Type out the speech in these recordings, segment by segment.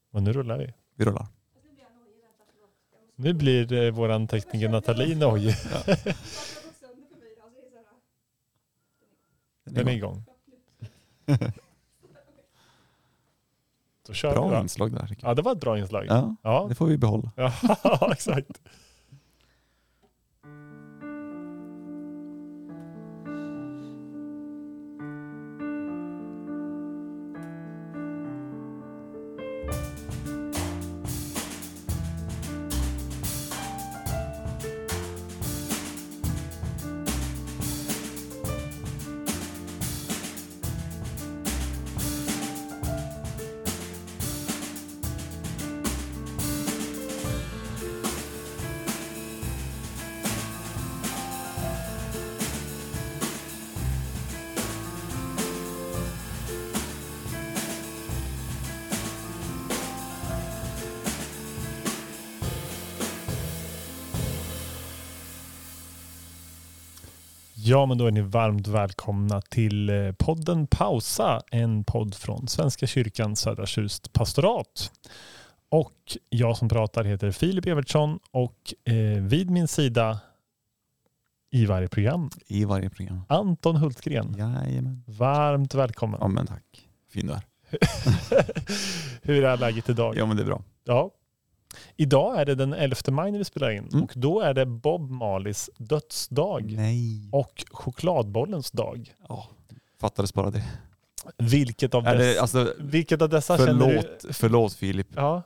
Och nu rullar vi. Vi rullar. Nu blir våran tekniker Nathalie nojig. Ja. Den är igång. Då kör vi, Bra va? inslag där. Ja, det var ett bra inslag. Ja, det får vi behålla. Ja, exakt. Ja, men då är ni varmt välkomna till podden Pausa, en podd från Svenska kyrkan Södra Tjust pastorat. Och jag som pratar heter Filip Evertsson och vid min sida i varje program Anton Hultgren. Jajamän. Varmt välkommen. Ja, men tack. Fin där. Hur är läget idag? Ja, men det är bra. Ja. Idag är det den 11 maj när vi spelar in och då är det Bob Marleys dödsdag. Nej. Och chokladbollens dag. Ja, fattades bara det. Vilket av dessa känner du? Förlåt Filip. Ja.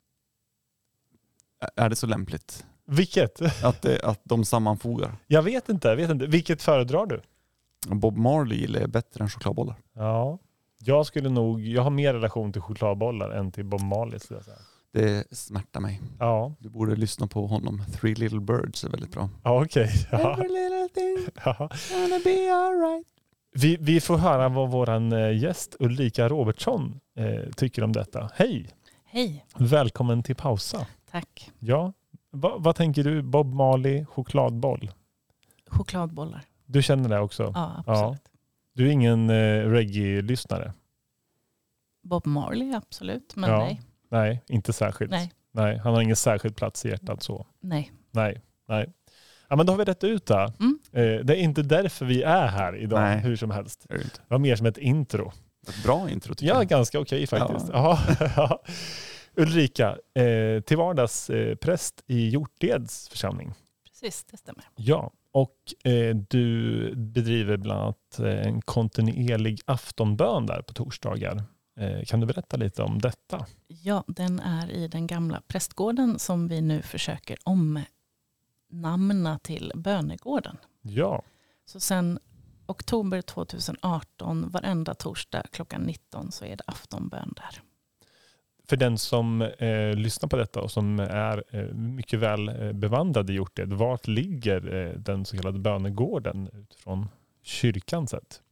Är det så lämpligt? Vilket? Att de sammanfogar. Jag vet inte. Vilket föredrar du? Bob Marley är bättre än chokladbollar. Ja. Jag har mer relation till chokladbollar än till Bob Marley, skulle jag säga. Det smärtar mig. Ja. Du borde lyssna på honom. Three Little Birds är väldigt bra. Ja, okej. Ja. Every little thing Ja. gonna be all right. Vi får höra vad våran gäst Ulrika Robertsson tycker om detta. Hej! Hej! Välkommen till Pausa. Tack. Ja. Vad tänker du? Bob Marley, chokladboll? Chokladbollar. Du känner det också? Ja, absolut. Ja. Du är ingen reggae-lyssnare? Bob Marley, absolut. Men nej. Nej, inte särskilt. Nej, han har ingen särskild plats i hjärtat så. Nej. Ja, men då har vi rätt ut det. Det är inte därför vi är här idag, hur som helst. Det var mer som ett intro. Ett bra intro tycker jag. Ja, ganska okej faktiskt. Ja. Ulrika, till vardags präst i Hjorteds församling. Precis, det stämmer. Ja, och du bedriver bland annat en kontinuerlig aftonbön där på torsdagar. Kan du berätta lite om detta? Ja, den är i den gamla prästgården som vi nu försöker omnamna till bönegården. Ja. Så sen oktober 2018, varenda torsdag klockan 19 så är det aftonbön där. För den som lyssnar på detta och som är mycket väl bevandrad i Hjorted, vart ligger den så kallade bönegården utifrån kyrkans sätt?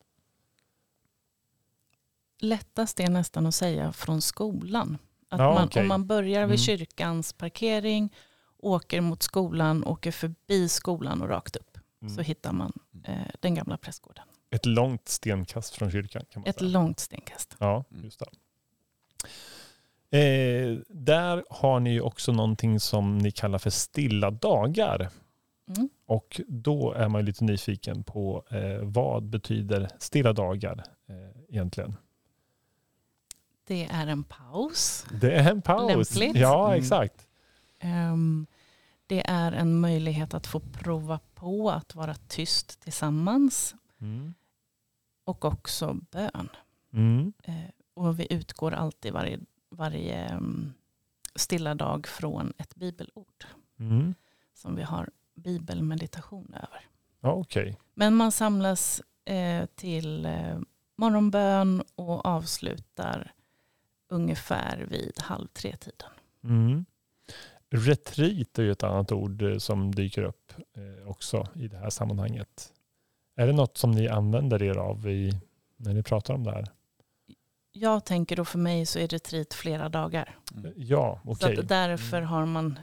Lättast är nästan att säga från skolan. Om man börjar vid kyrkans parkering, åker mot skolan, åker förbi skolan och rakt upp. Så hittar man den gamla prästgården. Ett långt stenkast från kyrkan kan man säga. Ett långt stenkast. Ja, just det. Där har ni ju också någonting som ni kallar för stilla dagar. Och då är man ju lite nyfiken på vad betyder stilla dagar egentligen? Det är en paus. Det är en paus. Lämpligt. Ja, exakt. Det är en möjlighet att få prova på att vara tyst tillsammans. Och också bön. Och vi utgår alltid varje stilla dag från ett bibelord. Som vi har bibelmeditation över. Ja, okej. Men man samlas till morgonbön och avslutar ungefär vid 2:30. Retreat är ju ett annat ord som dyker upp också i det här sammanhanget. Är det något som ni använder er av när ni pratar om det här? Jag tänker då för mig så är retreat flera dagar. Ja, okej. Så att därför har man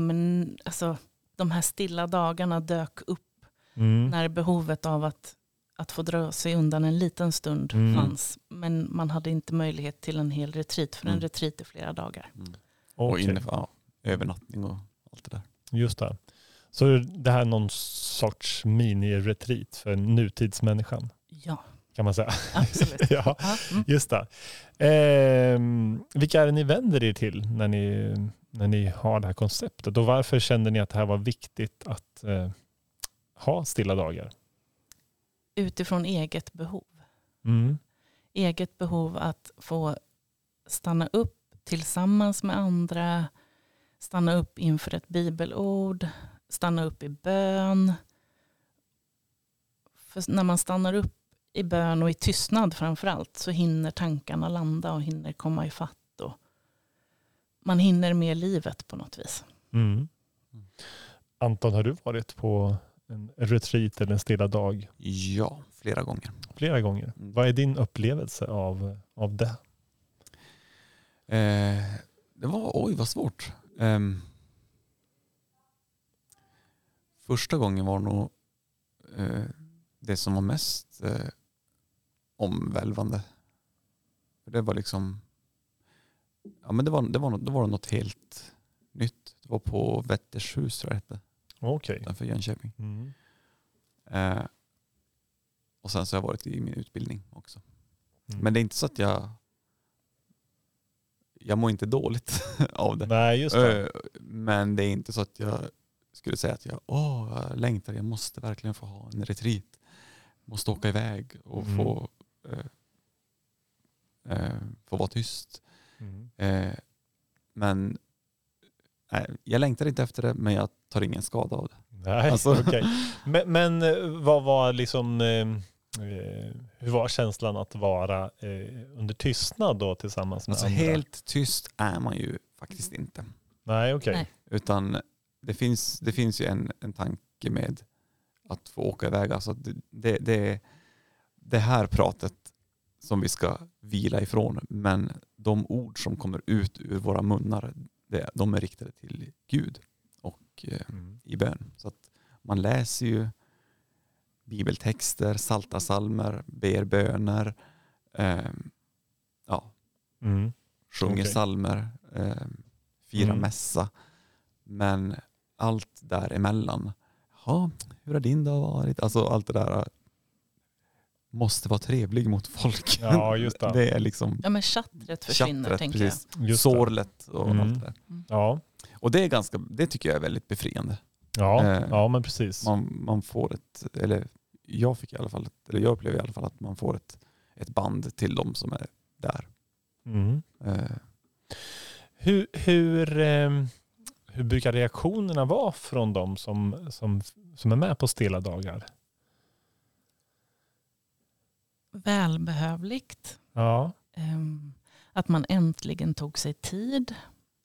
de här stilla dagarna dök upp när behovet av att att få dra sig undan en liten stund fanns. Men man hade inte möjlighet till en hel retreat, för en retreat är flera dagar. Och övernattning och allt det där. Just det. Så det här är någon sorts mini-retreat för nutidsmänniskan? Ja. Kan man säga. Absolut. Ja, just det. Vilka är det ni vänder er till när ni har det här konceptet? Och varför kände ni att det här var viktigt att ha stilla dagar? Utifrån eget behov. Eget behov att få stanna upp tillsammans med andra, stanna upp inför ett bibelord, stanna upp i bön. För när man stannar upp i bön och i tystnad framförallt, så hinner tankarna landa och hinner komma i fatt. Och man hinner med livet på något vis. Anton, har du varit på en retreat eller en stilla dag? Ja, flera gånger. Flera gånger. Vad är din upplevelse av det? Det var, vad svårt. Första gången var nog det som var mest omvälvande. Det var liksom, ja, men det var något helt nytt. Det var på Vättershus, tror jag det hette. Okej. Utanför Jönköping. Och sen så har jag varit i min utbildning också. Men det är inte så att jag mår inte dåligt av det. Nej, just det. Men det är inte så att jag skulle säga att jag längtar, jag måste verkligen få ha en retreat. Måste åka iväg och få vara tyst. Men jag längtar inte efter det, men jag tar ingen skada av det. Nej, alltså. Okay. Men vad var liksom, hur var känslan att vara under tystnad då tillsammans med andra? Helt tyst är man ju faktiskt inte. Nej, okej. Nej. Utan det finns ju en tanke med att få åka iväg. Alltså det här pratet som vi ska vila ifrån, men de ord som kommer ut ur våra munnar, de är riktade till Gud och i bön. Så att man läser ju bibeltexter, saltarsalmer, ber böner, sjunger salmer, firar mässa. Men allt däremellan, hur har din dag varit? Alltså allt det där måste vara trevlig mot folk. Ja, just det. Det är liksom... Ja, men chattret försvinner, tänker precis. jag. Sårlet och allt det där. Ja. Och det tycker jag är väldigt befriande. Ja, men precis. Man får jag upplever i alla fall att man får ett band till dem som är där. Hur brukar reaktionerna vara från dem som är med på stilla dagar? Välbehövligt. Ja. Att man äntligen tog sig tid.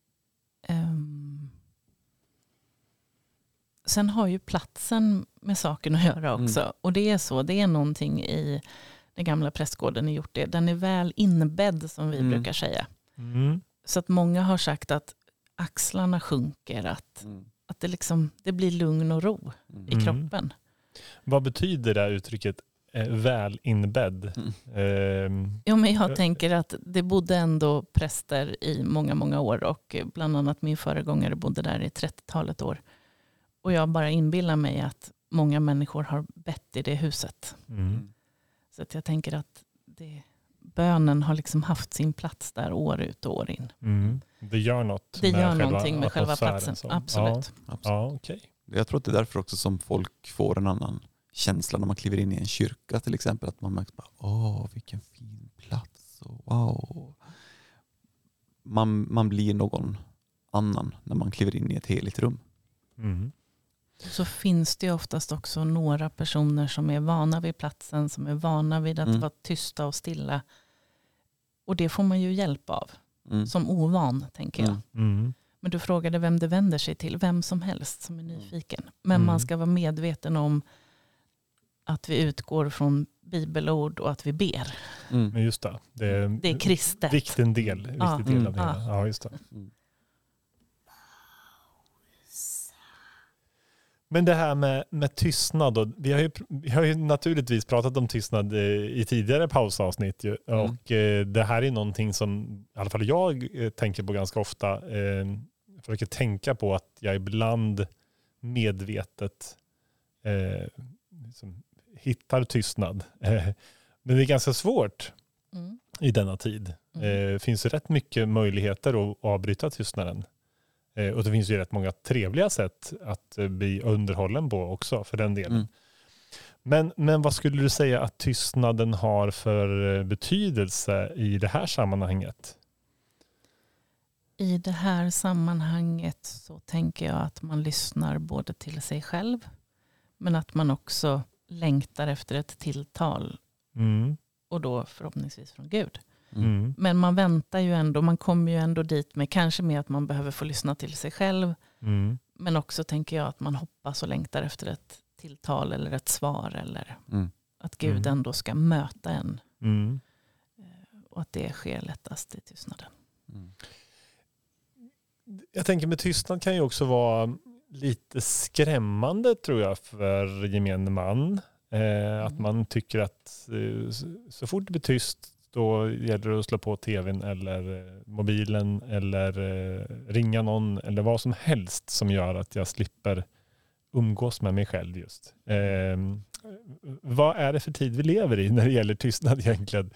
Sen har ju platsen med saken att göra också. Och det är så, det är någonting i den gamla prästgården i gjort det. Den är väl inbädd, som vi brukar säga. Så att många har sagt att axlarna sjunker, att det blir lugn och ro i kroppen. Vad betyder det uttrycket väl inbädd? Jo, men jag tänker att det bodde ändå präster i många, många år, och bland annat min föregångare bodde där i 30-talet år. Och jag bara inbillar mig att många människor har bett i det huset. Så att jag tänker att bönen har liksom haft sin plats där år ut och år in. Det gör något. Det gör någonting med själva platsen. Absolut. Ja, okay. Jag tror att det är därför också som folk får en annan känsla när man kliver in i en kyrka till exempel. Att man märker vilken fin plats. Och wow. Man blir någon annan när man kliver in i ett heligt rum. Så finns det oftast också några personer som är vana vid platsen, som är vana vid att vara tysta och stilla. Och det får man ju hjälp av. Som ovan, tänker jag. Men du frågade vem det vänder sig till. Vem som helst som är nyfiken. Men man ska vara medveten om att vi utgår från bibelord och att vi ber. Men just det. Det är kristet. Viktig del av det. Ja, just det. Men det här med tystnad då, vi har ju naturligtvis pratat om tystnad i tidigare pausavsnitt ju, och det här är någonting som i alla fall jag tänker på ganska ofta. Jag försöker tänka på att jag ibland medvetet liksom hittar tystnad. Men det är ganska svort i denna tid. Det finns rätt mycket möjligheter att avbryta tystnaden. Och det finns ju rätt många trevliga sätt att bli underhållen på också för den delen. Men vad skulle du säga att tystnaden har för betydelse i det här sammanhanget? I det här sammanhanget så tänker jag att man lyssnar både till sig själv, men att man också längtar efter ett tilltal. Och då förhoppningsvis från Gud. Men man väntar ju ändå, man kommer ju ändå dit med kanske med att man behöver få lyssna till sig själv. Men också tänker jag att man hoppas och längtar efter ett tilltal eller ett svar, eller att Gud ändå ska möta en. Och att det sker lättast i tystnaden. Jag tänker med tystnad kan ju också vara lite skrämmande, tror jag, för gemene man. Att man tycker att så fort det blir tyst, då gäller det att slå på tvn eller mobilen eller ringa någon eller vad som helst som gör att jag slipper umgås med mig själv just. Vad är det för tid vi lever i när det gäller tystnad egentligen?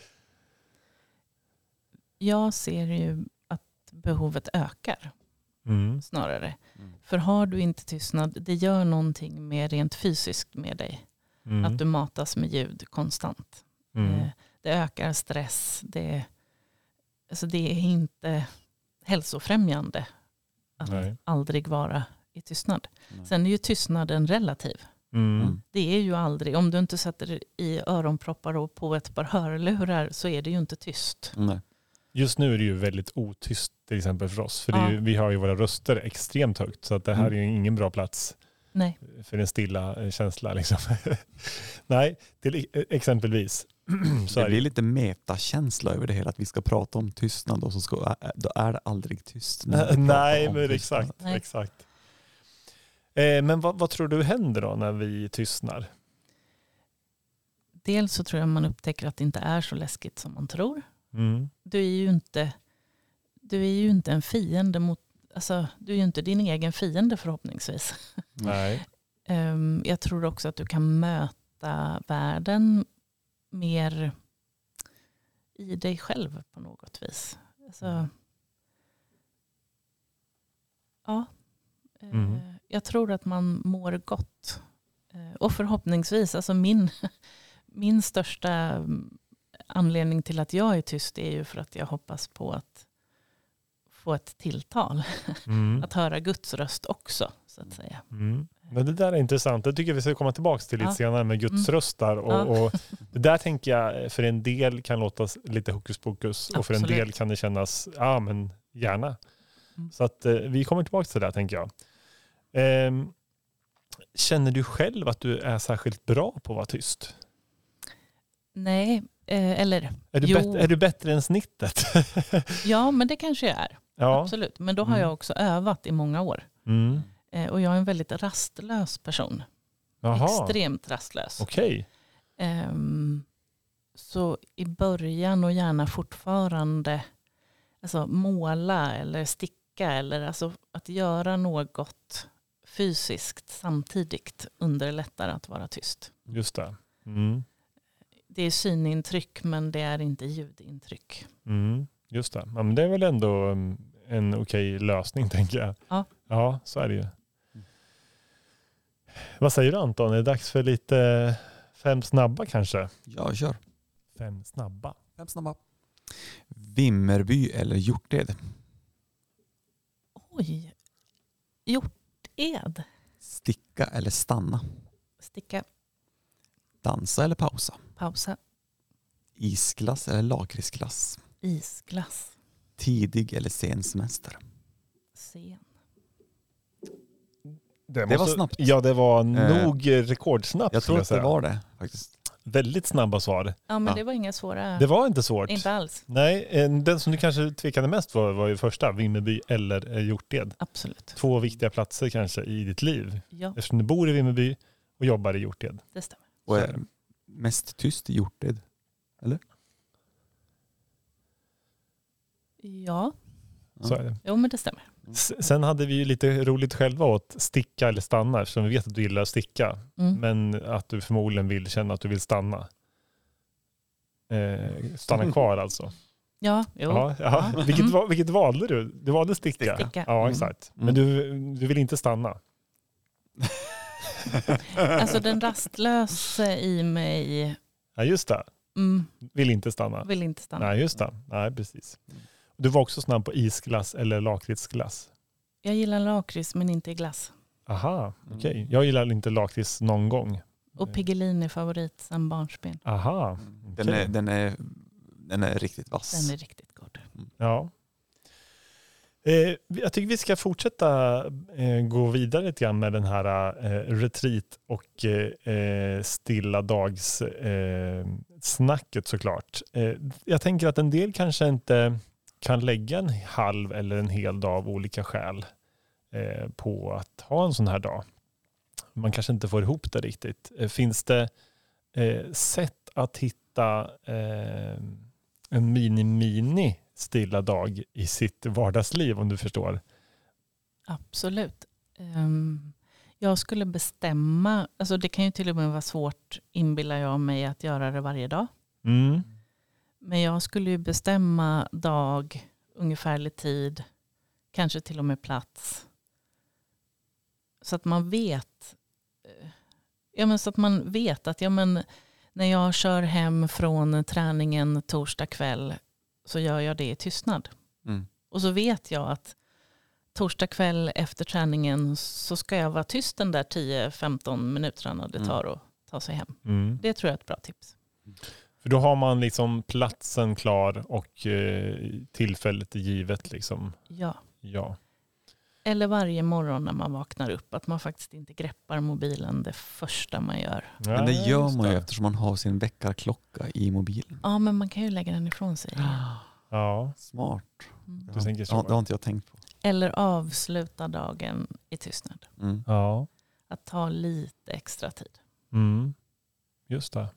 Jag ser ju att behovet ökar snarare. För har du inte tystnad, det gör någonting med rent fysiskt med dig. Att du matas med ljud konstant. Det ökar stress. Det är inte hälsofrämjande att aldrig vara i tystnad. Sen är ju tystnaden relativ. Det är ju aldrig, om du inte sätter i öronproppar och på ett par hörlurar så är det ju inte tyst. Just nu är det ju väldigt otyst till exempel för oss. För det är ju, vi har ju våra röster extremt högt, så att det här är ju ingen bra plats. Nej. För en stilla känsla liksom. Nej, till exempelvis. Så det blir lite metakänsla över det hela, att vi ska prata om tystnad och så då är det aldrig tyst. Nej, men exakt. Men vad tror du händer då när vi tystnar? Dels så tror jag man upptäcker att det inte är så läskigt som man tror. Du är ju inte en fiende mot, alltså, du är ju inte din egen fiende förhoppningsvis. Nej. Jag tror också att du kan möta världen mer i dig själv på något vis. Alltså, jag tror att man mår gott. Och förhoppningsvis, alltså min största anledning till att jag är tyst är ju för att jag hoppas på att få ett tilltal. Att höra Guds röst också, så att säga. Men det där är intressant. Det tycker jag vi ska komma tillbaka till lite senare med Guds röstar. Och det där tänker jag för en del kan låta lite hokus pokus. Och för en del kan det kännas, men gärna. Så att vi kommer tillbaka till det där, tänker jag. Känner du själv att du är särskilt bra på att vara tyst? Nej, eller är du bättre än snittet? Ja, men det kanske jag är. Ja. Absolut. Men då har jag också övat i många år. Och jag är en väldigt rastlös person. Jaha. Extremt rastlös. Okej. Så i början och gärna fortfarande alltså måla eller sticka eller alltså att göra något fysiskt samtidigt underlättar att vara tyst. Just det. Det är synintryck men det är inte ljudintryck. Just det. Men det är väl ändå en okej lösning, tänker jag. Ja, så är det ju. Vad säger du, Anton? Är det dags för lite 5 snabba kanske? Ja, kör. 5 snabba. Vimmerby eller Hjorted? Oj. Hjorted. Sticka eller stanna? Sticka. Dansa eller pausa? Pausa. Isglass eller lakritsglass? Isglass. Tidig eller sen semester? Sen. Det var snabbt. Ja, det var nog rekordsnabbt. Jag tror att det var det faktiskt. väldigt snabba svar. Ja, men det var inga svåra. Det var inte svårt. Inte alls. Nej, den som du kanske tvekade mest var ju första, Vimmerby eller Hjorted. Absolut. 2 viktiga platser kanske i ditt liv. Ja. Eftersom du bor i Vimmerby och jobbar i Hjorted. Det stämmer. Och är mest tyst i Hjorted, eller? Ja. Så är det. Jo, men det stämmer. Sen hade vi ju lite roligt själva åt sticka eller stanna, eftersom vi vet att du gillar att sticka. Mm. Men att du förmodligen vill känna att du vill stanna. Stanna kvar alltså. Ja, jo. Ja. Vilket valde du? Du valde sticka. Sticka. Ja, exakt. Men du vill inte stanna. Alltså den rastlösa i mig Ja, just det. Vill inte stanna. vill inte stanna. Nej, just det. Nej, precis. Du var också snabb på isglass eller lakritsglass. Jag gillar lakrits men inte i glass. Aha, okej. Jag gillar inte lakrits någon gång. Och Piggelin är favorit sedan barnsben. Aha. okej. Den är riktigt vass. Den är riktigt god. Ja. Jag tycker vi ska fortsätta gå vidare lite grann med den här retreat och stilla dags snacket såklart. Jag tänker att en del kanske inte kan lägga en halv eller en hel dag av olika skäl på att ha en sån här dag. Man kanske inte får ihop det riktigt. Finns det sätt att hitta en mini stilla dag i sitt vardagsliv, om du förstår? Absolut. Jag skulle bestämma, alltså det kan ju till och med vara svårt, inbillar jag mig, att göra det varje dag. Men jag skulle ju bestämma dag, ungefärlig tid, kanske till och med plats. Så att man vet, att när jag kör hem från träningen torsdag kväll så gör jag det i tystnad. Och så vet jag att torsdag kväll efter träningen så ska jag vara tyst den där 10-15 minuterna det tar att ta sig hem. Det tror jag är ett bra tips. För då har man liksom platsen klar och tillfället givet liksom. Ja. Eller varje morgon när man vaknar upp, att man faktiskt inte greppar mobilen det första man gör. Men det gör man ju eftersom man har sin väckarklocka i mobilen. Ja, men man kan ju lägga den ifrån sig. Ja. Smart. Du tänker så. Det har inte jag tänkt på. Eller avsluta dagen i tystnad. Ja. Att ta lite extra tid. Just det.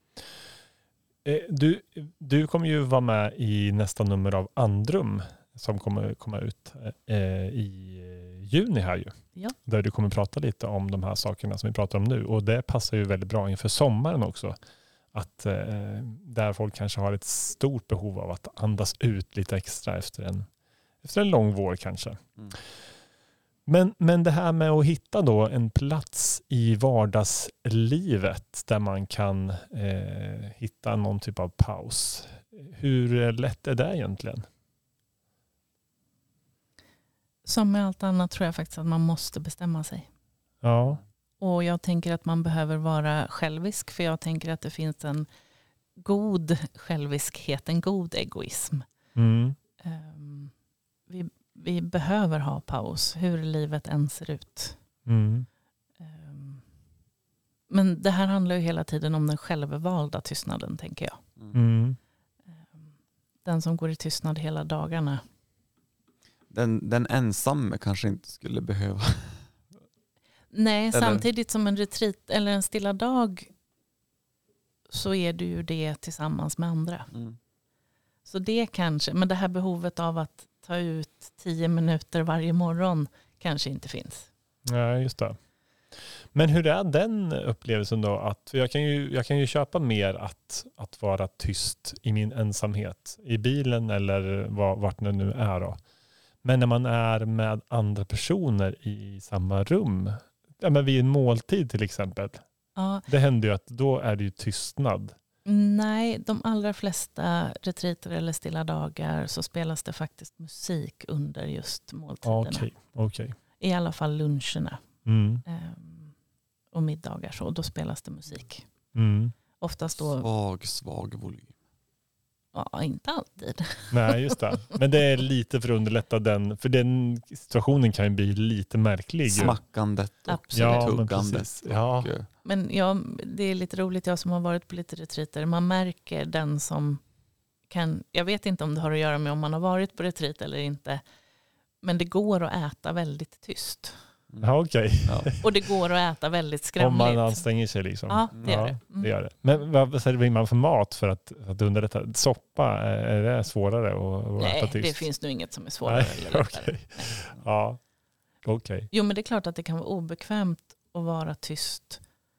Du kommer ju vara med i nästa nummer av Andrum som kommer komma ut i juni här ju. Ja. Där du kommer prata lite om de här sakerna som vi pratar om nu. Och det passar ju väldigt bra inför sommaren också. Att där folk kanske har ett stort behov av att andas ut lite extra efter en lång vår kanske. Men det här med att hitta då en plats i vardagslivet där man kan hitta någon typ av paus. Hur lätt är det egentligen? Som med allt annat tror jag faktiskt att man måste bestämma sig. Ja. Och jag tänker att man behöver vara självisk, för jag tänker att det finns en god själviskhet, en god egoism. Vi behöver ha paus, hur livet än ser ut. Men det här handlar ju hela tiden om den självvalda tystnaden, tänker jag. Den som går i tystnad hela dagarna. Den ensamme kanske inte skulle behöva. Nej, samtidigt som en retreat eller en stilla dag så är du ju det tillsammans med andra. Så det kanske, men det här behovet av att ta ut 10 minuter varje morgon kanske inte finns. Ja, just det. Men hur är den upplevelsen då? För jag kan ju köpa mer att vara tyst i min ensamhet. I bilen eller vart det nu är då. Men när man är med andra personer i samma rum. Ja, men vid en måltid till exempel. Ja. Det händer ju att då är det ju tystnad. Nej, de allra flesta retreater eller stilla dagar så spelas det faktiskt musik under just måltiderna. Okej. I alla fall luncherna. Och middagar så. Då spelas det musik. Oftast då... Svag volym. Ja, inte alltid. Nej, just det. Men det är lite för att underlätta den, för den situationen kan ju bli lite märklig. Smackandet och Absolut. tuggandet. Ja. Men det är lite roligt, jag som har varit på lite retreater, man märker den som kan, jag vet inte om det har att göra med om man har varit på retreat eller inte, men det går att äta väldigt tyst. Ja, okej. Ja. Och det går att äta väldigt skramligt. Om man anstränger sig liksom. Ja, det gör det. Det gör det. Men vad serverar man för mat för att underlätta? Soppa, är det svårare att Nej, äta tyst? det finns nog inget som är svårare eller lättare. Okay. Ja, okej. Okay. Jo, men det är klart att det kan vara obekvämt att vara tyst.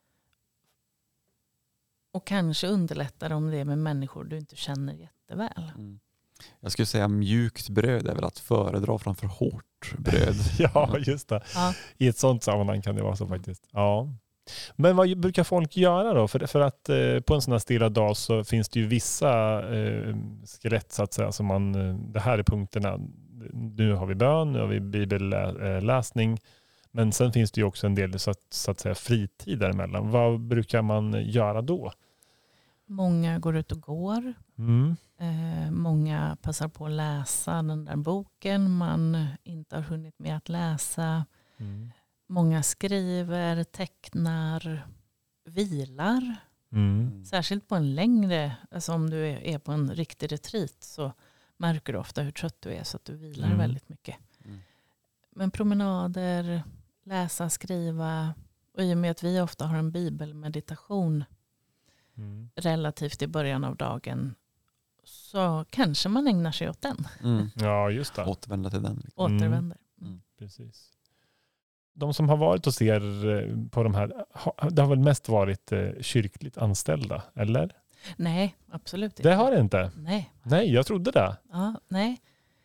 Och kanske underlättar om det är med människor du inte känner jätteväl. Mm. Jag skulle säga mjukt bröd är väl att föredra framför hårt bröd. Ja, just det. Ja. I ett sånt sammanhang kan det vara så faktiskt. Ja. Men vad brukar folk göra då? För att på en sån här stilla dag så finns det ju vissa skelett så att säga. Som det här är punkterna. Nu har vi bön, nu har vi bibelläsning. Men sen finns det ju också en del så att säga fritid däremellan. Vad brukar man göra då? Många går ut och går. Mm. Många passar på att läsa den där boken man inte har hunnit med att läsa. Mm. Många skriver, tecknar, vilar. Mm. Särskilt på en längre, alltså om du är på en riktig retreat så märker du ofta hur trött du är så att du vilar väldigt mycket. Mm. Men promenader, läsa, skriva, och i och med att vi ofta har en bibelmeditation relativt i början av dagen så kanske man ägnar sig åt den. Mm. Ja, just det. Återvända till den. Återvänder. Precis. De som har varit hos er på de här, det har väl mest varit kyrkligt anställda, eller? Nej, absolut inte. Det har det inte? Nej. Nej, jag trodde det. Ja, nej.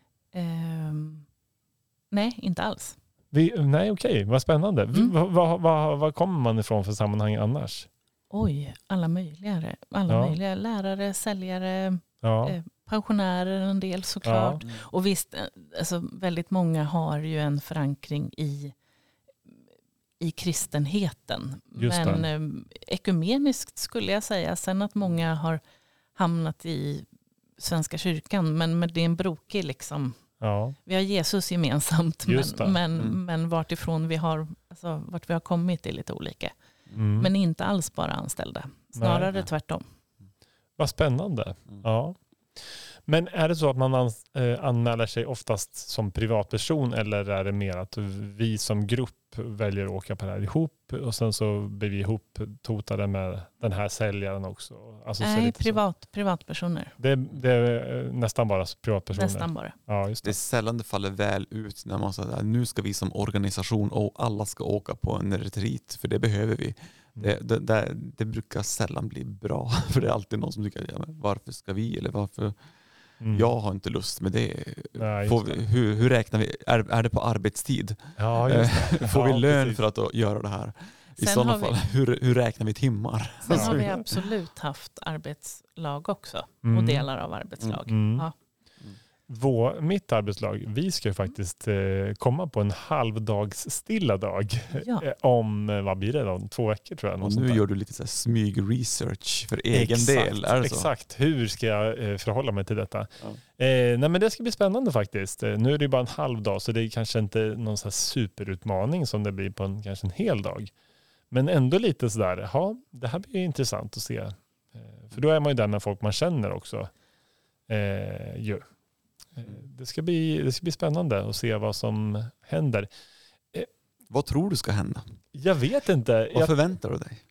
Nej, inte alls. Nej, okej. Vad spännande. Vad kommer man ifrån för sammanhang annars? Oj, alla möjliga lärare, säljare, pensionärer en del såklart. Ja. Och visst, alltså, väldigt många har ju en förankring i kristenheten. Just men ekumeniskt skulle jag säga. Sen att många har hamnat i Svenska kyrkan, men det är en brokig liksom. Ja. Vi har Jesus gemensamt, men vart vi har kommit är lite olika. Men inte alls bara anställda. Snarare tvärtom. Vad spännande. Ja. Men är det så att man anmäler sig oftast som privatperson eller är det mer att vi som grupp väljer att åka på det här ihop och sen så blir vi ihop totade med den här säljaren också? Alltså, nej, privatpersoner. Det är nästan bara privatpersoner? Nästan bara. Ja, just det. Det är sällan det faller väl ut när man säger att nu ska vi som organisation och alla ska åka på en retreat för det behöver vi. Det brukar sällan bli bra för det är alltid någon som tycker varför ska vi eller varför jag har inte lust med det. Nej, hur räknar vi? Är det på arbetstid? Ja, just det. Får vi lön för att göra det här? I sådana fall, hur räknar vi timmar? Sen har vi absolut haft arbetslag också och delar av arbetslag. Ja. Mitt arbetslag, vi ska ju faktiskt komma på en halvdags stilla dag om, vad blir det då? 2 veckor tror jag. Och nu gör du lite så här smyg research för egen del. Är det så? Exakt, hur ska jag förhålla mig till detta? Ja. Nej, men det ska bli spännande faktiskt. Nu är det bara en halv dag så det är kanske inte någon så här superutmaning som det blir på kanske en hel dag. Men ändå lite sådär, det här blir intressant att se. För då är man ju där med folk man känner också. Det ska bli spännande att se vad som händer. Vad tror du ska hända? Jag vet inte. Vad förväntar du dig?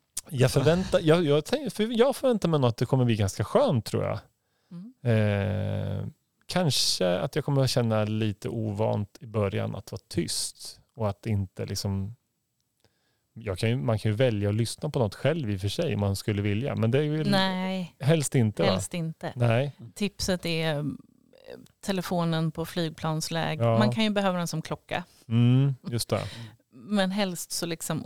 Kanske att jag kommer att känna lite ovant i början att vara tyst. Och att inte liksom... man kan ju välja att lyssna på något själv i och för sig om man skulle vilja. Men det är ju helst inte. Helst inte. Nej. Tipset är telefonen på flygplansläge. Ja. Man kan ju behöva den som klocka. Just det. Men helst så liksom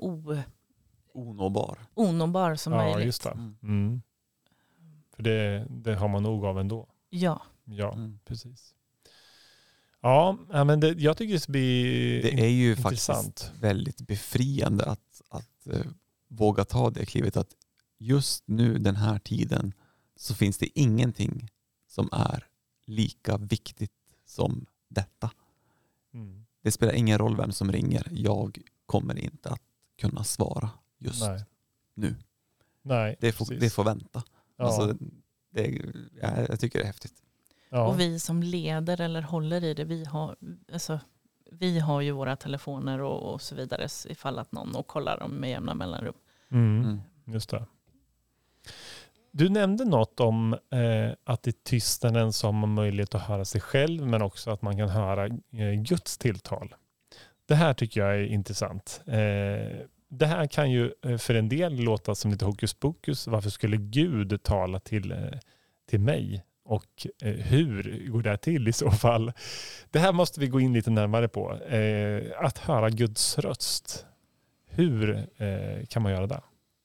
onåbar som möjligt. Ja, just det. För det har man nog av ändå. Ja. Ja, precis. Ja, men jag tycker det blir det är ju intressant. Faktiskt väldigt befriande att våga ta det klivet att just nu den här tiden så finns det ingenting som är lika viktigt som detta. Mm. Det spelar ingen roll vem som ringer. Jag kommer inte att kunna svara just nu. Nej, det får vänta. Ja. Alltså, jag tycker det är häftigt. Ja. Och vi som leder eller håller i det, vi har ju våra telefoner och så vidare ifall att någon och kollar dem med jämna mellanrum. Just det. Du nämnde något om att i tystnaden så har man möjlighet att höra sig själv, men också att man kan höra Guds tilltal. Det här tycker jag är intressant. Det här kan ju för en del låta som lite hokus pokus. Varför skulle Gud tala till mig? Och hur går det till i så fall? Det här måste vi gå in lite närmare på. Att höra Guds röst. Hur kan man göra det?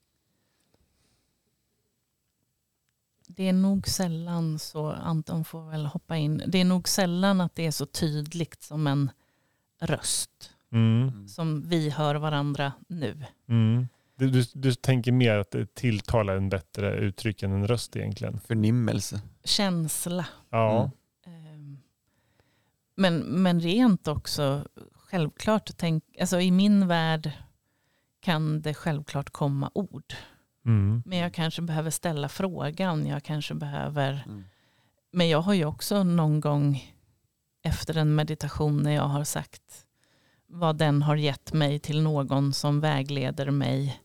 Det är nog sällan, så Anton får väl hoppa in. Det är nog sällan att det är så tydligt som en röst. Som vi hör varandra nu. Du tänker mer att det tilltalar en bättre uttryck än en röst egentligen? Förnimmelse. Känsla. Ja. Men rent också självklart, alltså i min värld kan det självklart komma ord. Men jag kanske behöver ställa frågan. Jag kanske behöver... Men jag har ju också någon gång efter en meditation när jag har sagt vad den har gett mig till någon som vägleder mig.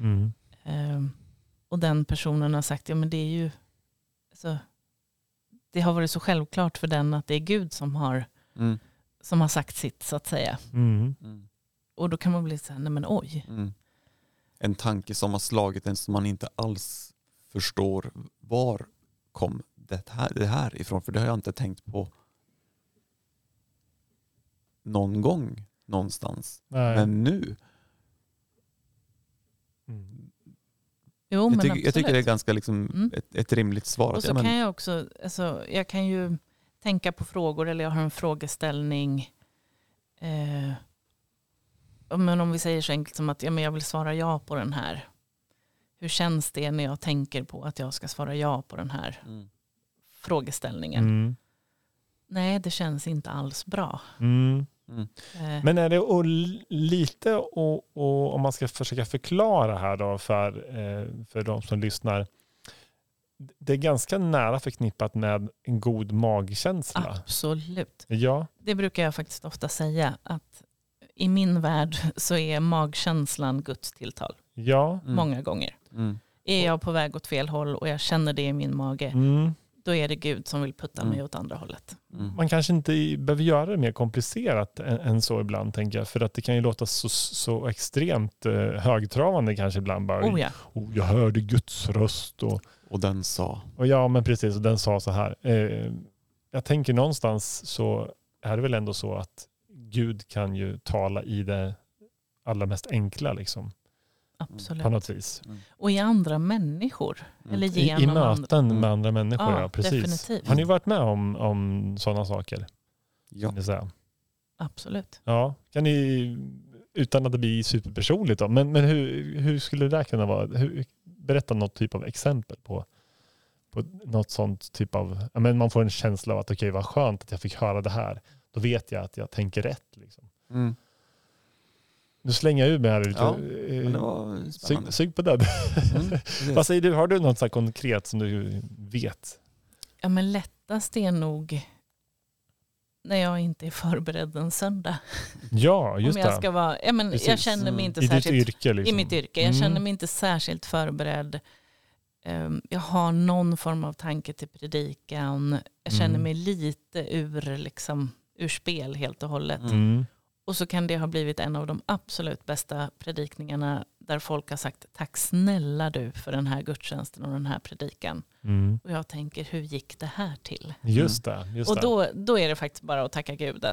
Och den personen har sagt, ja men det är ju... Alltså, det har varit så självklart för den att det är Gud som har sagt sitt, så att säga. Och då kan man bli så här, nej men oj. En tanke som har slagit en som man inte alls förstår var kom det här ifrån. För det har jag inte tänkt på någon gång någonstans. Nej. Men nu. Jo, men jag tycker det är ganska liksom ett rimligt svar. Och så kan jag också, alltså, jag kan ju tänka på frågor eller jag har en frågeställning. Men om vi säger så enkelt som att jag vill svara ja på den här. Hur känns det när jag tänker på att jag ska svara ja på den här frågeställningen? Nej, det känns inte alls bra. Men är det lite och om man ska försöka förklara här då för de som lyssnar. Det är ganska nära förknippat med en god magkänsla. Absolut. Ja. Det brukar jag faktiskt ofta säga, att i min värld så är magkänslan Guds tilltal. Ja. Många gånger. Är jag på väg åt fel håll och jag känner det i min mage, då är det Gud som vill putta mig åt andra hållet. Man kanske inte behöver göra det mer komplicerat än så ibland, tänker jag. För att det kan ju låta så extremt högtravande kanske ibland. Bara, jag hörde Guds röst. Och den sa. Och ja, men precis. Och den sa så här. Jag tänker någonstans så är det väl ändå så att Gud kan ju tala i det allra mest enkla liksom. Absolut. På något vis. Och i andra människor. Eller I möten med andra människor, ja, precis. Definitivt. Har ni varit med om sådana saker? Ja. Kan ni säga? Absolut. Ja, kan ni, utan att det blir superpersonligt då, men hur skulle det där kunna vara? Berätta något typ av exempel på något sånt typ av, men man får en känsla av att okej, vad skönt att jag fick höra det här. Då vet jag att jag tänker rätt liksom. Nu slänger jag ur mig här lite. Ja, det var spännande. Sug på den. Vad säger du? Har du något så konkret som du vet? Ja, men lättast är nog när jag inte är förberedd en söndag. Ja, just det. Om jag ska vara, jag känner mig inte särskilt... I ditt yrke liksom. I mitt yrke. Jag känner mig inte särskilt förberedd. Jag har någon form av tanke till predikan. Jag känner mig lite ur spel helt och hållet. Och så kan det ha blivit en av de absolut bästa predikningarna där folk har sagt tack snälla du för den här gudstjänsten och den här predikan. Och jag tänker, hur gick det här till? Just det. Och då är det faktiskt bara att tacka Gud.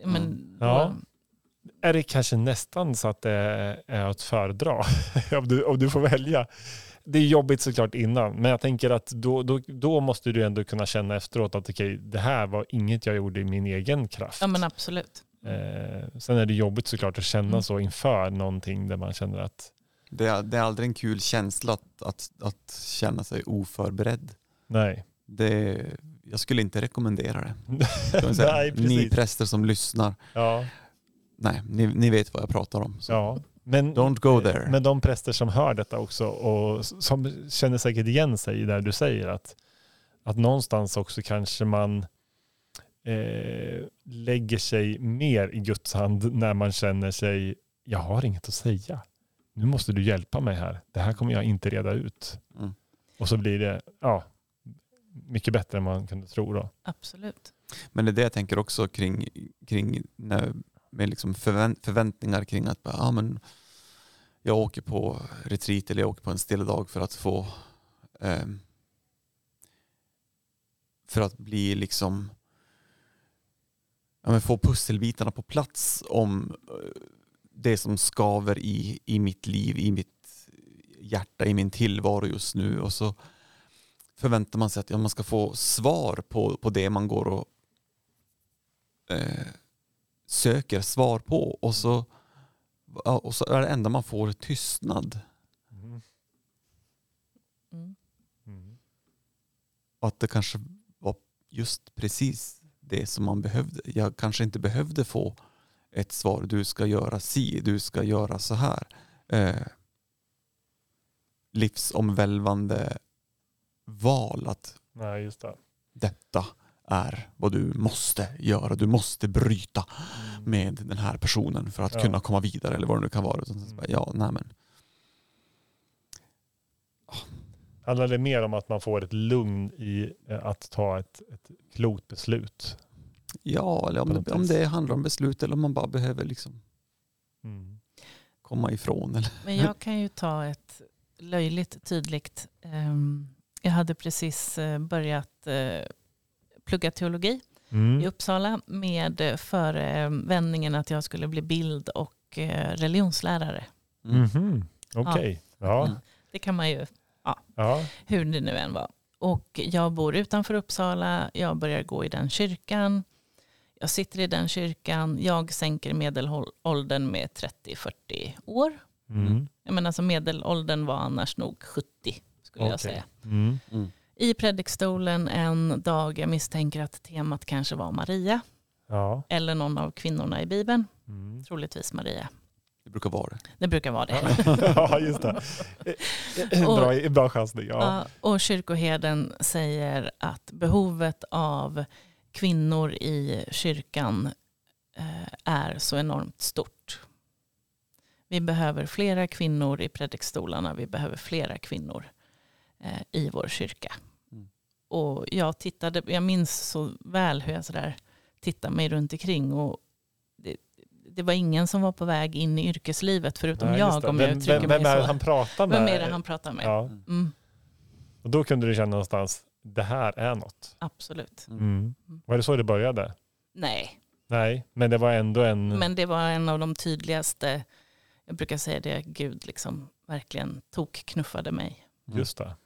Är det kanske nästan så att det är att föredra om du får välja? Det är jobbigt såklart innan, men jag tänker att då måste du ändå kunna känna efteråt att okej, det här var inget jag gjorde i min egen kraft. Ja, men absolut. Sen är det jobbigt såklart att känna så inför någonting där man känner att... Det är aldrig en kul känsla att känna sig oförberedd. Nej. jag skulle inte rekommendera det. Nej, precis. Ni präster som lyssnar. Ja. Nej, ni vet vad jag pratar om. Så. Ja. Men, don't go there. Men de präster som hör detta också och som känner säkert igen sig där du säger att någonstans också kanske man lägger sig mer i Guds hand när man känner sig, jag har inget att säga. Nu måste du hjälpa mig här. Det här kommer jag inte reda ut. Mm. Och så blir det mycket bättre än man kunde tro då. Absolut. Men det är det jag tänker också kring med liksom förväntningar kring att men jag åker på retreat eller jag åker på en stilla dag för att bli liksom få pusselbitarna på plats om det som skaver i mitt liv, i mitt hjärta, i min tillvaro just nu. Och så förväntar man sig att man ska få svar på det man går och söker svar på. Och så är det enda man får tystnad. Mm. Och att det kanske var just precis det som man behövde. Jag kanske inte behövde få ett svar. Du ska göra du ska göra så här. Livsomvälvande val att nej, just det. Detta är vad du måste göra. Du måste bryta med den här personen för att kunna komma vidare eller vad det nu kan vara. Handlar det mer om att man får ett lugn i att ta ett klokt beslut? Ja, eller om det handlar om beslut eller om man bara behöver liksom komma ifrån. Eller? Men jag kan ju ta ett löjligt tydligt. Jag hade precis börjat plugga teologi i Uppsala med förevändningen att jag skulle bli bild- och religionslärare. Okej. Ja. Det kan man ju, hur det nu än var. Och jag bor utanför Uppsala, jag börjar gå i den kyrkan. Jag sitter i den kyrkan, jag sänker medelåldern med 30-40 år. Jag menar, alltså medelåldern var annars nog 70 skulle jag säga. I predikstolen en dag, jag misstänker att temat kanske var Maria. Ja. Eller någon av kvinnorna i Bibeln. Troligtvis Maria. Det brukar vara det. Det brukar vara det. Ja, just det. Bra chansning. Ja. Och kyrkoherden säger att behovet av kvinnor i kyrkan är så enormt stort. Vi behöver flera kvinnor i predikstolarna. Vi behöver flera kvinnor i vår kyrka. Och jag minns så väl hur jag sådär tittade mig runt omkring och det var ingen som var på väg in i yrkeslivet förutom jag, om jag uttrycker mig så. Vem är han pratar med? Vem är det han pratar med? Ja. Och då kunde du känna någonstans, det här är något. Absolut. Var det så det började? Nej, men det var ändå Men det var en av de tydligaste, jag brukar säga det, Gud liksom verkligen knuffade mig. Just det.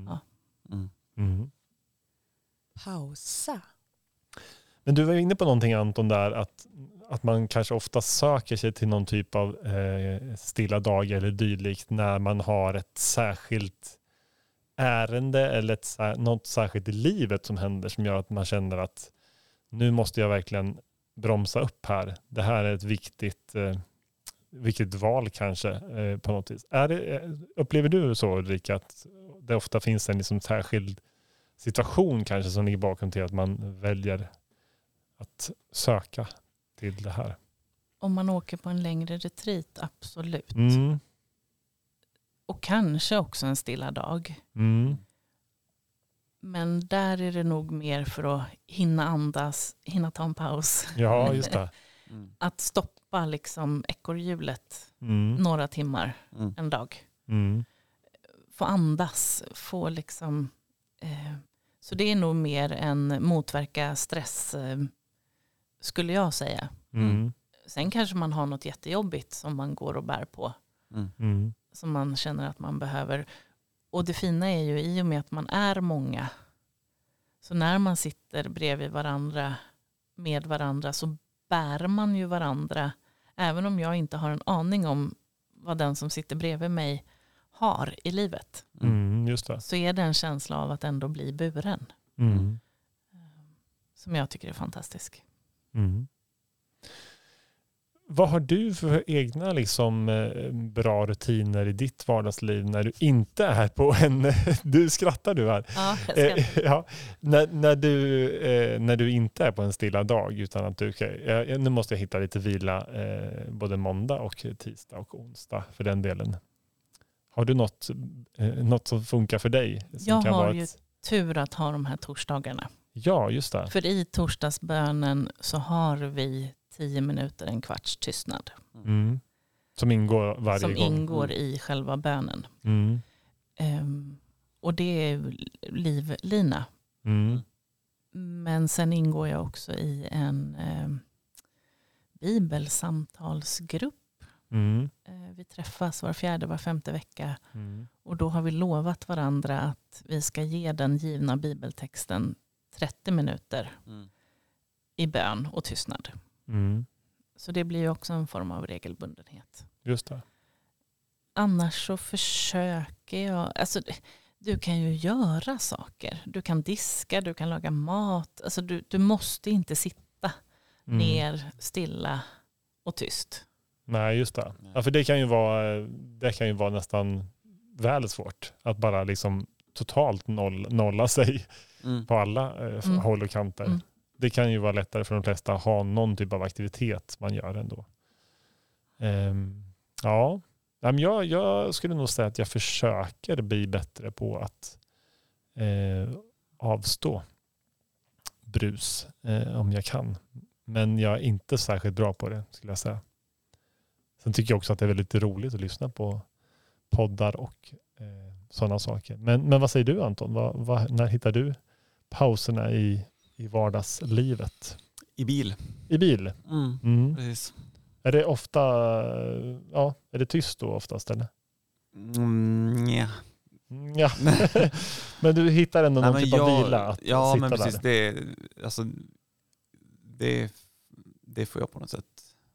Pausa. Men du var inne på någonting, Anton, där att man kanske ofta söker sig till någon typ av stilla dag eller dylikt när man har ett särskilt ärende eller något särskilt i livet som händer som gör att man känner att nu måste jag verkligen bromsa upp här. Det här är ett viktigt val kanske på något vis. Upplever du så, Ulrika, att det ofta finns en liksom särskild situation kanske som ligger bakom till att man väljer att söka till det här? Om man åker på en längre retreat, absolut. Och kanske också en stilla dag. Men där är det nog mer för att hinna andas, hinna ta en paus. Ja, just det. Att stoppa liksom ekorrhjulet några timmar en dag. Få andas, få liksom... så det är nog mer än motverka stress, skulle jag säga. Sen kanske man har något jättejobbigt som man går och bär på. Som man känner att man behöver. Och det fina är ju i och med att man är många. Så när man sitter bredvid varandra, med varandra, så bär man ju varandra. Även om jag inte har en aning om vad den som sitter bredvid mig har i livet. Just det. Så är det en känsla av att ändå bli buren. som jag tycker är fantastisk. Mm. Vad har du för egna liksom, bra rutiner i ditt vardagsliv när du inte är på en... Du skrattar du här. Ja, jag skrattar. Ja, när du inte är på en stilla dag utan att du... nu måste jag hitta lite vila både måndag och tisdag och onsdag för den delen. Har du något som funkar för dig? Som Jag kan har vara ju tur att ha de här torsdagarna. Ja, just det. För i torsdagsbönen så har vi 10 minuter, en kvarts tystnad. Mm. Som ingår varje som gång. ingår i själva bönen. Mm. Och det är livlina. Mm. Men sen ingår jag också i en bibelsamtalsgrupp. Mm. Vi träffas var 4:e, var 5:e vecka. Mm. Och då har vi lovat varandra att vi ska ge den givna bibeltexten 30 minuter i bön och tystnad. Mm. Så det blir ju också en form av regelbundenhet. Just det. Annars så försöker jag... Alltså, du kan ju göra saker. Du kan diska, du kan laga mat. Alltså, du måste inte sitta ner stilla och tyst. Nej, just det. Ja, för det kan ju vara nästan väl svårt att bara liksom totalt nolla sig på alla håll och kanter. Mm. Det kan ju vara lättare för de flesta att ha någon typ av aktivitet man gör ändå. Ja, men jag skulle nog säga att jag försöker bli bättre på att avstå brus om jag kan. Men jag är inte särskilt bra på det, skulle jag säga. Sen tycker jag också att det är väldigt roligt att lyssna på poddar och sådana saker. Men vad säger du, Anton? När hittar du pauserna i vardagslivet? I bil. I bil? Mm. Precis. Är det ofta, är det tyst då oftast eller? Ja. Ja. Men du hittar ändå någon typ av vila att ja, sitta men precis. där. Det får jag på något sätt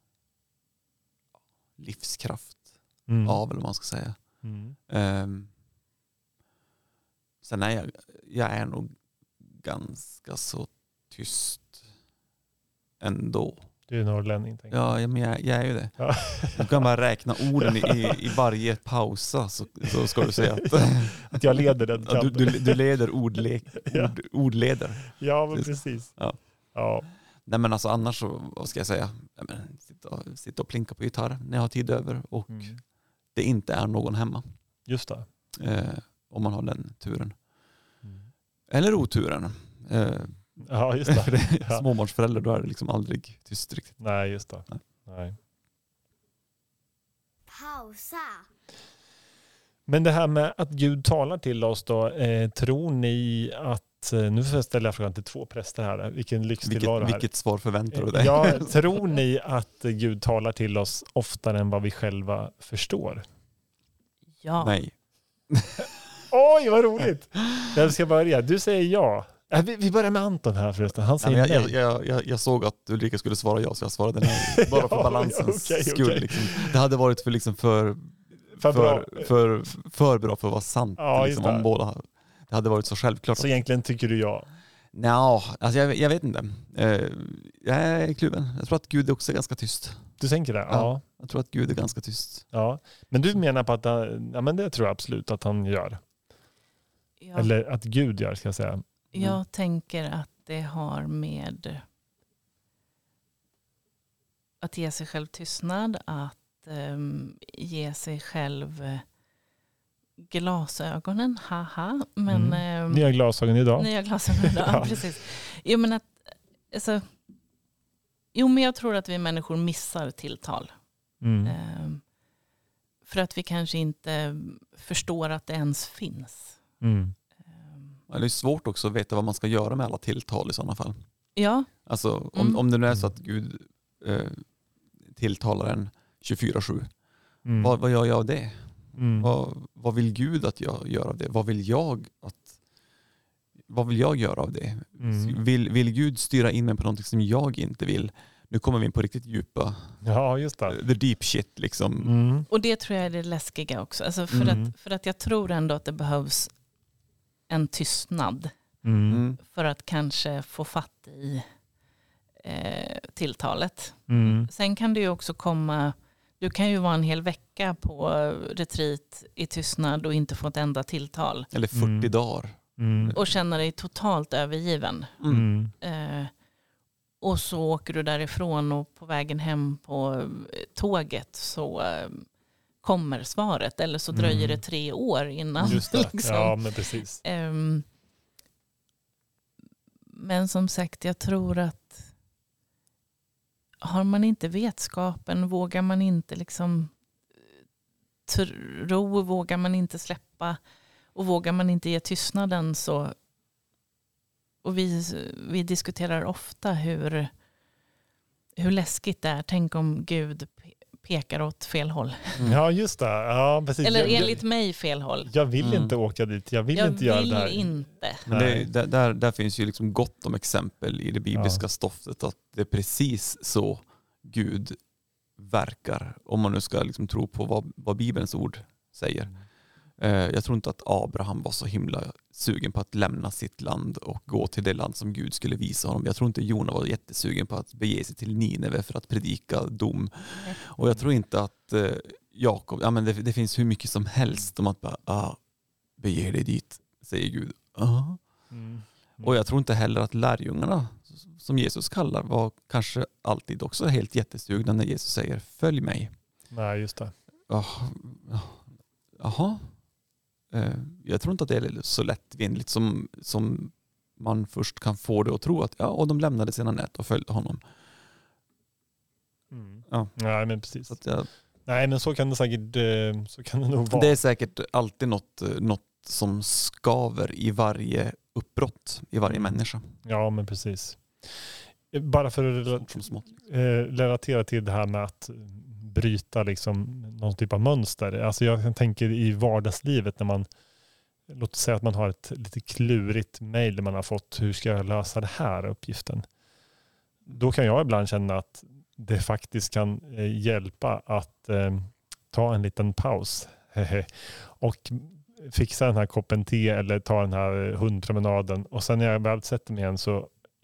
livskraft av, eller vad man ska säga. Sen är jag är nog ganska så tyst ändå. Du är norrlänning, tänker jag. Ja, men jag är ju det. Ja. Du kan bara räkna orden i varje pausa, så ska du säga att jag leder den kampen. Du leder ordleder. Ja, men precis. Ja. Nej, men alltså annars så, vad ska jag säga? Sitta och plinka på gitarr när jag har tid över och det inte är någon hemma. Just det. Om man har den turen. Eller oturen. Ja, just det. För det småbarnsförälder, då är det liksom aldrig tyst riktigt. Nej, just det. Nej. Pausa. Men det här med att Gud talar till oss då, tror ni att, nu får jag ställa frågan till 2 präster här, vilken lyxtillvaro här. Vilket svar förväntar du dig? Ja, tror ni att Gud talar till oss oftare än vad vi själva förstår? Ja. Nej. Oj, vad roligt! Jag ska börja. Du säger ja. Vi börjar med Anton här förresten. Han säger nej. Jag såg att Ulrika skulle svara ja, så jag svarade nej. Bara för balansens skull. Liksom. Det hade varit för bra för att vara sant. Ja, liksom, om båda. Det hade varit så självklart. Så egentligen tycker du ja? Alltså jag vet inte. Jag är kluven. Jag tror att Gud är också ganska tyst. Du tänker det? Ja. Jag tror att Gud är ganska tyst. Ja. Men du menar på att men det tror jag absolut att han gör. Ja. Eller att Gud gör, ska jag säga. Jag tänker att det har med att ge sig själv tystnad, att ge sig själv glasögonen, haha. Men, nya glasögon idag. Nya glasögon idag, ja. Precis. Men jag tror att vi människor missar tilltal. För att vi kanske inte förstår att det ens finns. Det är svårt också att veta vad man ska göra med alla tilltal i sådana fall. Ja. Alltså om det nu är så att Gud tilltalar en 24/7. Vad gör jag av det? Vad vill Gud att jag gör av det? Vad vill jag göra av det? Vill Gud styra in mig på någonting som jag inte vill? Nu kommer vi in på riktigt djupa. Ja, just det. The deep shit liksom. Och det tror jag är det läskiga också. Alltså för att jag tror ändå att det behövs en tystnad för att kanske få fatt i tilltalet. Sen kan det ju också komma, du kan ju vara en hel vecka på retreat i tystnad och inte få ett enda tilltal. Eller 40 dagar. Och känna dig totalt övergiven. Och så åker du därifrån och på vägen hem på tåget så kommer svaret. Eller så dröjer det 3 år innan. Just det. Liksom. Ja, men precis. Men som sagt, jag tror att har man inte vetskapen, vågar man inte liksom tro, vågar man inte släppa och vågar man inte ge tystnaden så. Och vi diskuterar ofta hur läskigt det är. Tänk om Gud pekar åt fel håll. Ja, just det. Ja, precis. Eller enligt mig fel håll. Jag vill inte åka dit. Jag vill inte göra det här. Inte. Men där finns ju liksom gott om exempel i det bibliska stoftet att det är precis så Gud verkar. Om man nu ska liksom tro på vad Bibelns ord säger. Jag tror inte att Abraham var så himla sugen på att lämna sitt land och gå till det land som Gud skulle visa honom. Jag tror inte Jona var jättesugen på att bege sig till Nineve för att predika dom. Och jag tror inte att Jakob, men det finns hur mycket som helst om att bara, bege dig dit, säger Gud. Och jag tror inte heller att lärjungarna, som Jesus kallar, var kanske alltid också helt jättesugna när Jesus säger följ mig. Nej, just det. Jaha. Jag tror inte att det är så lättvindigt som man först kan få det att tro att och de lämnade sina nät och följde honom. Ja. Nej, men precis. Så att nej, men så kan det säkert nog vara. Det är säkert alltid något som skaver i varje uppbrott, i varje människa. Ja, men precis. Bara för att relatera till det här med att bryta liksom någon typ av mönster. Alltså jag tänker i vardagslivet när man, låt säga att man har ett lite klurigt mejl där man har fått, hur ska jag lösa det här uppgiften? Då kan jag ibland känna att det faktiskt kan hjälpa att ta en liten paus och fixa den här koppen te eller ta den här hundpromenaden och sen när jag väl sätter mig igen så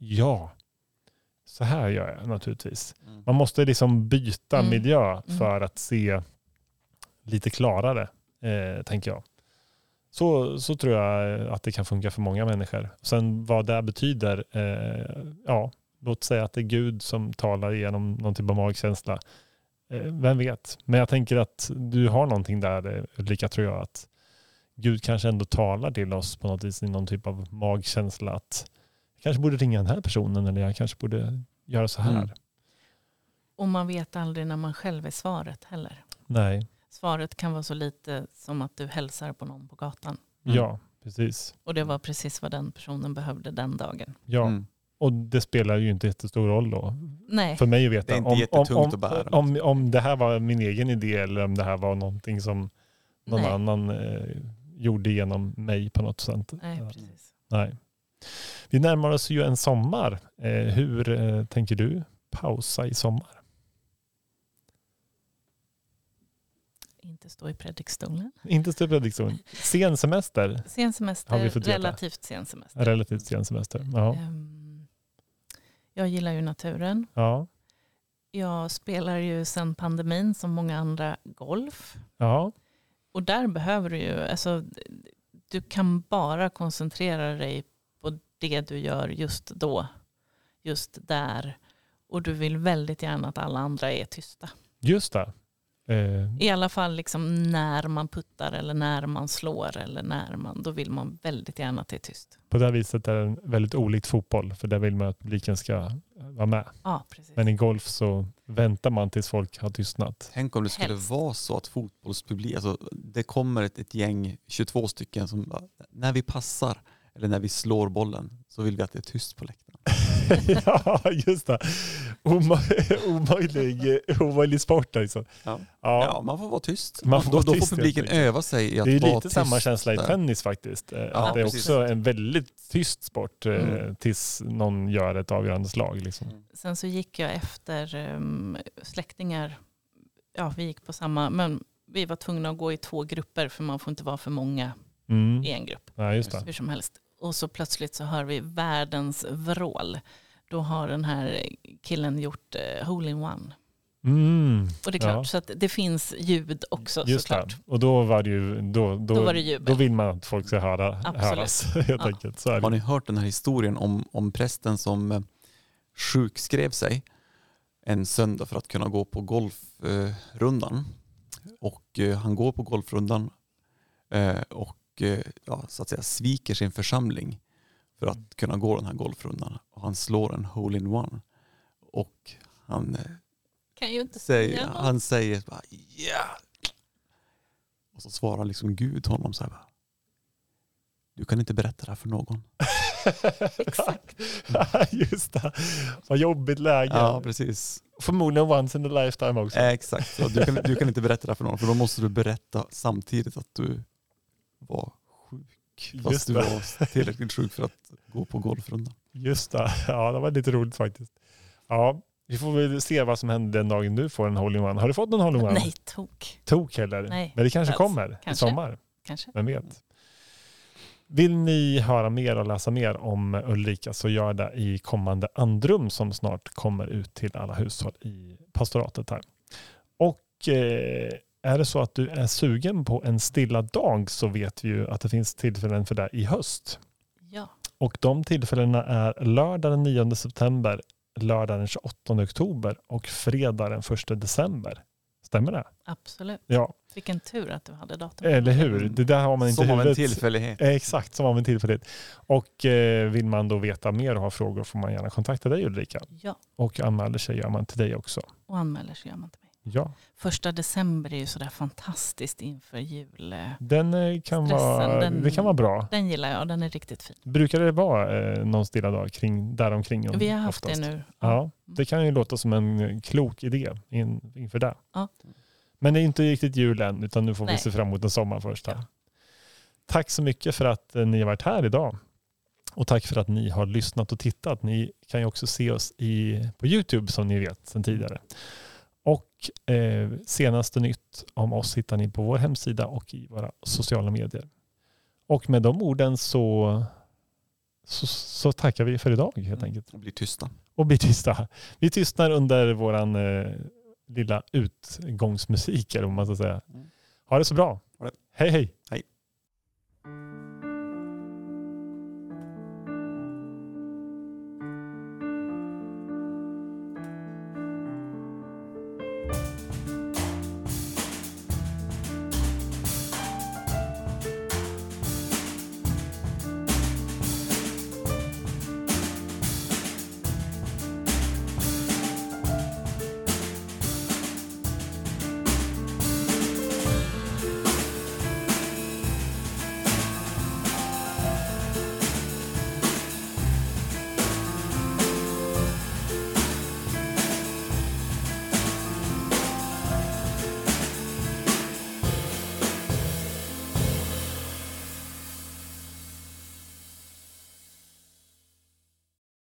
så här gör jag naturligtvis. Man måste liksom byta miljö för att se lite klarare, tänker jag. Så tror jag att det kan funka för många människor. Sen vad det betyder, låt säga att det är Gud som talar igenom någon typ av magkänsla. Vem vet? Men jag tänker att du har någonting där, Ulrika, tror jag, att Gud kanske ändå talar till oss på något vis i någon typ av magkänsla att jag kanske borde ringa den här personen eller jag kanske borde göra så här. Och man vet aldrig när man själv är svaret heller. Nej. Svaret kan vara så lite som att du hälsar på någon på gatan. Ja, precis. Och det var precis vad den personen behövde den dagen. Ja, och det spelar ju inte jättestor roll då. Nej. För mig att veta det är inte jättetungt att bära. Om det här var min egen idé eller om det här var någonting som någon annan gjorde genom mig på något sätt. Nej, precis. Nej. Vi närmar oss ju en sommar. Hur tänker du pausa i sommar? Inte stå i predikstolen. Inte stå i predikstolen. Sen semester. Sen semester, har vi fått veta. relativt sen semester. Relativt sen semester, ja. Jag gillar ju naturen. Ja. Jag spelar ju sedan pandemin som många andra golf. Ja. Och där behöver du ju, alltså du kan bara koncentrera dig på det du gör just då, just där. Och du vill väldigt gärna att alla andra är tysta. Just det. I alla fall liksom när man puttar eller när man slår eller då vill man väldigt gärna att det är tyst. På det här viset är det väldigt olikt fotboll för där vill man att publiken ska vara med. Ja, precis. Men i golf så väntar man tills folk har tystnat. Tänk om det skulle vara så att fotbollspublik, alltså det kommer ett gäng, 22 stycken som när vi passar eller när vi slår bollen så vill vi att det är tyst på läktaren. Ja, just det. Omöjlig sport alltså. Ja, man får vara tyst. Då får publiken öva sig i att vara tyst. Det är lite samma känsla i tennis faktiskt. Ja, att det är precis. också en väldigt tyst sport tills någon gör ett avgörande slag. Liksom. Sen så gick jag efter släktingar. Ja, vi gick på samma, men vi var tvungna att gå i 2 grupper för man får inte vara för många i en grupp. Ja, just det. Hur som helst. Och så plötsligt så hör vi världens vrål. Då har den här killen gjort hole-in-one. Och det är klart, så att det finns ljud också. Just såklart. Det. Och då var det ju då var det jubel. Då vill man att folk ska höras helt enkelt. Så är det. Har ni hört den här historien om prästen som sjukskrev sig en söndag för att kunna gå på golfrundan? Och han går på golfrundan och så att säga sviker sin församling för att kunna gå den här golfrundan. Och han slår en hole-in-one. Och han kan ju inte han säger bara, yeah. Och så svarar liksom Gud honom så här bara, du kan inte berätta det här för någon. Exakt. Just det. Vad jobbigt läge. Ja, precis. Förmodligen once in a lifetime också. Exakt. Så du kan inte berätta det här för någon, för då måste du berätta samtidigt att du var sjuk. Fast du var tillräckligt sjuk för att gå på golfrundan. Just det. Ja, det var lite roligt faktiskt. Ja, vi får väl se vad som händer den dagen du får en hole-in-one. Har du fått en hole-in-one? Nej, tok Heller. Nej. Men det kanske kommer i sommar. Kanske. Vem vet. Vill ni höra mer och läsa mer om Ulrika så gör det i kommande andrum som snart kommer ut till alla hushåll i pastoratet här. Och är det så att du är sugen på en stilla dag så vet vi ju att det finns tillfällen för det i höst. Ja. Och de tillfällena är lördag den 9 september, lördag den 28 oktober och fredag den 1 december. Stämmer det? Absolut. Ja. Vilken tur att du hade datum. Eller hur? Det där har man inte som av en huvudet. tillfällighet. Exakt, som av en tillfällighet. Och vill man då veta mer och ha frågor får man gärna kontakta dig Ulrika. Ja. Och anmäler sig gör man till dig också. Och anmäler sig gör man till mig. Ja. 1 december är ju sådär fantastiskt inför jul. Den kan det kan vara bra. Den gillar jag, den är riktigt fin. Brukar det vara någon stilla dag däromkring? Vi har haft oftast? det nu. Ja, det kan ju låta som en klok idé inför det. Ja. Men det är inte riktigt jul än utan nu får vi Nej. se fram emot en sommar först. Här. Ja. Tack så mycket för att ni har varit här idag. Och tack för att ni har lyssnat och tittat. Ni kan ju också se oss på YouTube som ni vet sedan tidigare. Och senaste nytt om oss hittar ni på vår hemsida och i våra sociala medier. Och med de orden så tackar vi för idag helt enkelt. Och blir tysta. Och blir tysta. Vi tystnar under våran lilla utgångsmusik eller vad man ska säga. Ha det så bra. Hej hej. Hej.